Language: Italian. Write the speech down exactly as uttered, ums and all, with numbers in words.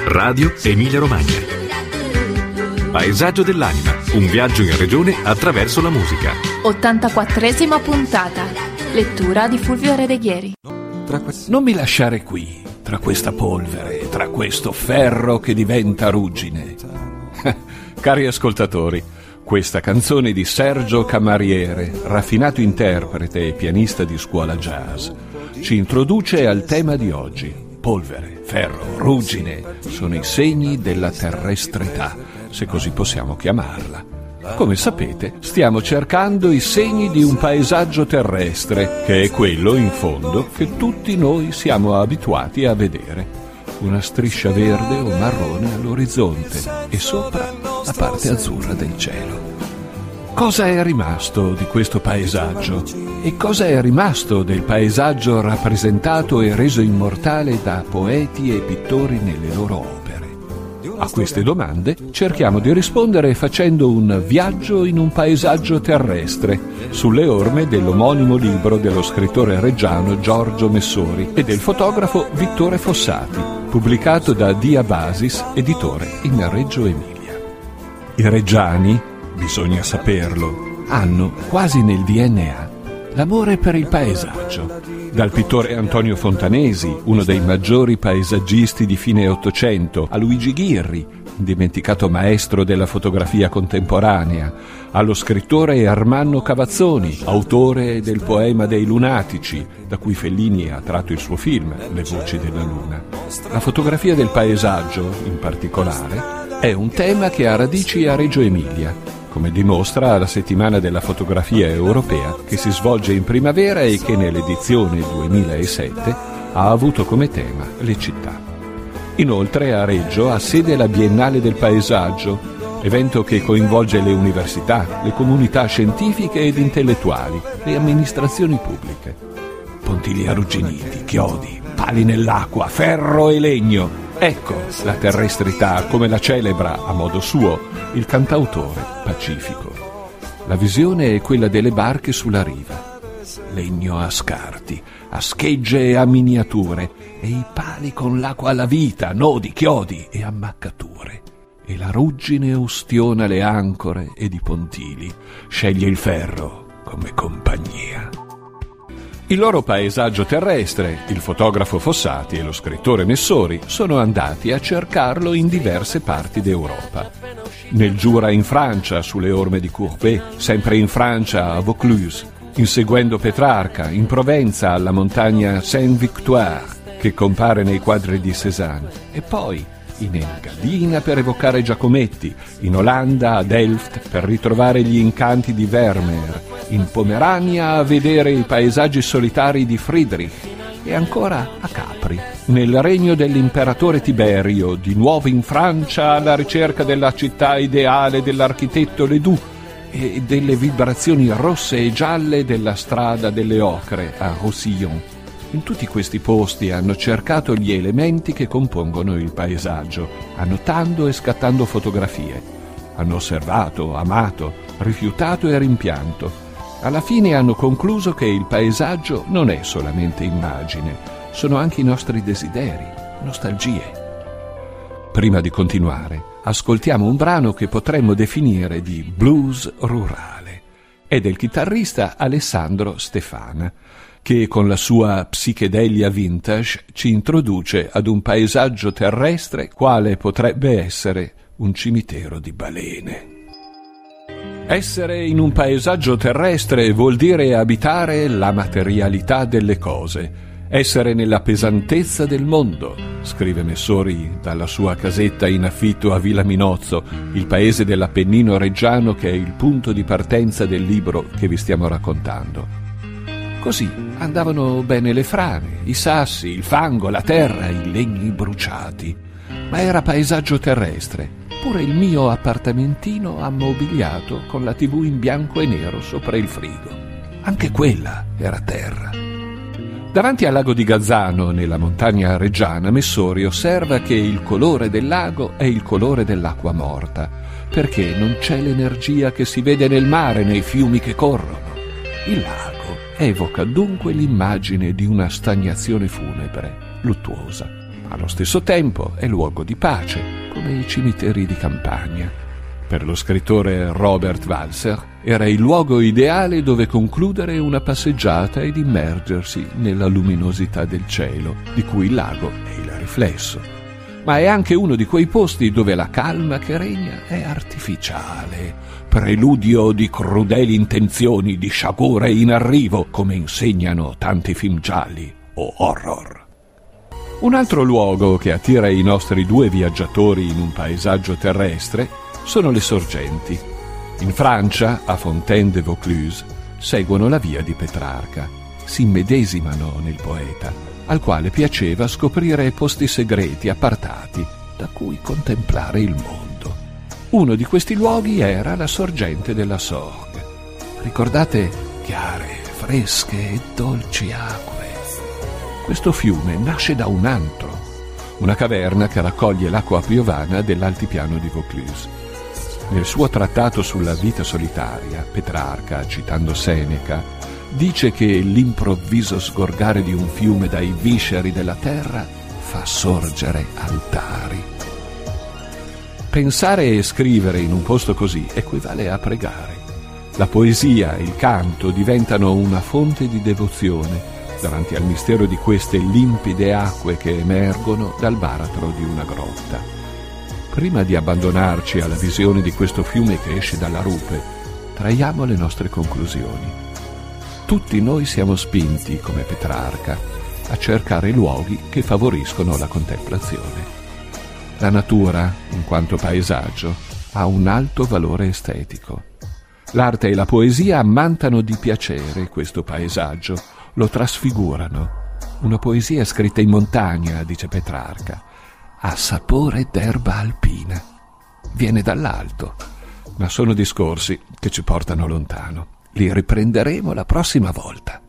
Radio Emilia Romagna. Paesaggio dell'anima, un viaggio in regione attraverso la musica. ottantaquattresima puntata. Lettura di Fulvio Redeghieri. Non mi lasciare qui, tra questa polvere, tra questo ferro che diventa ruggine. Cari ascoltatori, questa canzone di Sergio Camariere, raffinato interprete e pianista di scuola jazz, ci introduce al tema di oggi. Polvere, ferro, ruggine sono i segni della terrestrità, se così possiamo chiamarla. Come sapete, stiamo cercando i segni di un paesaggio terrestre, che è quello, in fondo, che tutti noi siamo abituati a vedere. Una striscia verde o marrone all'orizzonte e sopra la parte azzurra del cielo. Cosa è rimasto di questo paesaggio? E cosa è rimasto del paesaggio rappresentato e reso immortale da poeti e pittori nelle loro opere? A queste domande cerchiamo di rispondere facendo un viaggio in un paesaggio terrestre, sulle orme dell'omonimo libro dello scrittore reggiano Giorgio Messori e del fotografo Vittore Fossati, pubblicato da Diabasis, editore in Reggio Emilia. I reggiani, bisogna saperlo, hanno quasi nel D N A l'amore per il paesaggio. Dal pittore Antonio Fontanesi, uno dei maggiori paesaggisti di fine Ottocento, a Luigi Ghirri, dimenticato maestro della fotografia contemporanea, allo scrittore Armando Cavazzoni, autore del poema dei lunatici, da cui Fellini ha tratto il suo film Le voci della luna. La fotografia del paesaggio, in particolare, è un tema che ha radici a Reggio Emilia, come dimostra la settimana della fotografia europea che si svolge in primavera e che nell'edizione duemilasette ha avuto come tema le città. Inoltre a Reggio ha sede la Biennale del Paesaggio, evento che coinvolge le università, le comunità scientifiche ed intellettuali, le amministrazioni pubbliche. Pontili arrugginiti, chiodi, pali nell'acqua, ferro e legno. Ecco la terrestrità come la celebra, a modo suo, il cantautore Pacifico. La visione è quella delle barche sulla riva. Legno a scarti, a schegge e a miniature, e i pali con l'acqua alla vita, nodi, chiodi e ammaccature. E la ruggine ustiona le ancore ed i pontili, sceglie il ferro come compagnia. Il loro paesaggio terrestre, il fotografo Fossati e lo scrittore Messori sono andati a cercarlo in diverse parti d'Europa. Nel Giura in Francia, sulle orme di Courbet, sempre in Francia a Vaucluse, inseguendo Petrarca, in Provenza alla montagna Saint-Victoire, che compare nei quadri di Cézanne, e poi in Engadina per evocare Giacometti, in Olanda a Delft per ritrovare gli incanti di Vermeer, in Pomerania a vedere i paesaggi solitari di Friedrich e ancora a Capri, nel regno dell'imperatore Tiberio, di nuovo in Francia alla ricerca della città ideale dell'architetto Ledoux e delle vibrazioni rosse e gialle della strada delle Ocre a Roussillon. In tutti questi posti hanno cercato gli elementi che compongono il paesaggio, annotando e scattando fotografie. Hanno osservato, amato, rifiutato e rimpianto. Alla fine hanno concluso che il paesaggio non è solamente immagine, sono anche i nostri desideri, nostalgie. Prima di continuare, ascoltiamo un brano che potremmo definire di blues rurale. È del chitarrista Alessandro Stefana, che con la sua psichedelia vintage ci introduce ad un paesaggio terrestre quale potrebbe essere un cimitero di balene. Essere in un paesaggio terrestre vuol dire abitare la materialità delle cose, essere nella pesantezza del mondo, scrive Messori dalla sua casetta in affitto a Villa Minozzo, il paese dell'Appennino reggiano che è il punto di partenza del libro che vi stiamo raccontando. Così andavano bene le frane, i sassi, il fango, la terra, i legni bruciati, ma era paesaggio terrestre. Pure il mio appartamentino ammobiliato con la tivù in bianco e nero sopra il frigo. Anche quella era terra. Davanti al lago di Gazzano, nella montagna reggiana, Messori osserva che il colore del lago è il colore dell'acqua morta, perché non c'è l'energia che si vede nel mare, nei fiumi che corrono. Il lago evoca dunque l'immagine di una stagnazione funebre, luttuosa. Allo stesso tempo è luogo di pace, come i cimiteri di campagna. Per lo scrittore Robert Walser era il luogo ideale dove concludere una passeggiata ed immergersi nella luminosità del cielo, di cui il lago è il riflesso. Ma è anche uno di quei posti dove la calma che regna è artificiale, preludio di crudeli intenzioni, di sciagure in arrivo, come insegnano tanti film gialli o horror. Un altro luogo che attira i nostri due viaggiatori in un paesaggio terrestre sono le sorgenti. In Francia, a Fontaine de Vaucluse, seguono la via di Petrarca, si immedesimano nel poeta, al quale piaceva scoprire posti segreti, appartati, da cui contemplare il mondo. Uno di questi luoghi era la sorgente della Sorgue. Ricordate chiare, fresche e dolci acque. Questo fiume nasce da un antro, una caverna che raccoglie l'acqua piovana dell'altipiano di Vaucluse. Nel suo trattato sulla vita solitaria, Petrarca, citando Seneca, dice che l'improvviso sgorgare di un fiume dai visceri della terra fa sorgere altari. Pensare e scrivere in un posto così equivale a pregare. La poesia e il canto diventano una fonte di devozione davanti al mistero di queste limpide acque che emergono dal baratro di una grotta. Prima di abbandonarci alla visione di questo fiume che esce dalla rupe, traiamo le nostre conclusioni. Tutti noi siamo spinti, come Petrarca, a cercare luoghi che favoriscono la contemplazione. La natura, in quanto paesaggio, ha un alto valore estetico. L'arte e la poesia ammantano di piacere questo paesaggio, lo trasfigurano. Una poesia scritta in montagna, dice Petrarca, ha sapore d'erba alpina. Viene dall'alto, ma sono discorsi che ci portano lontano. Li riprenderemo la prossima volta.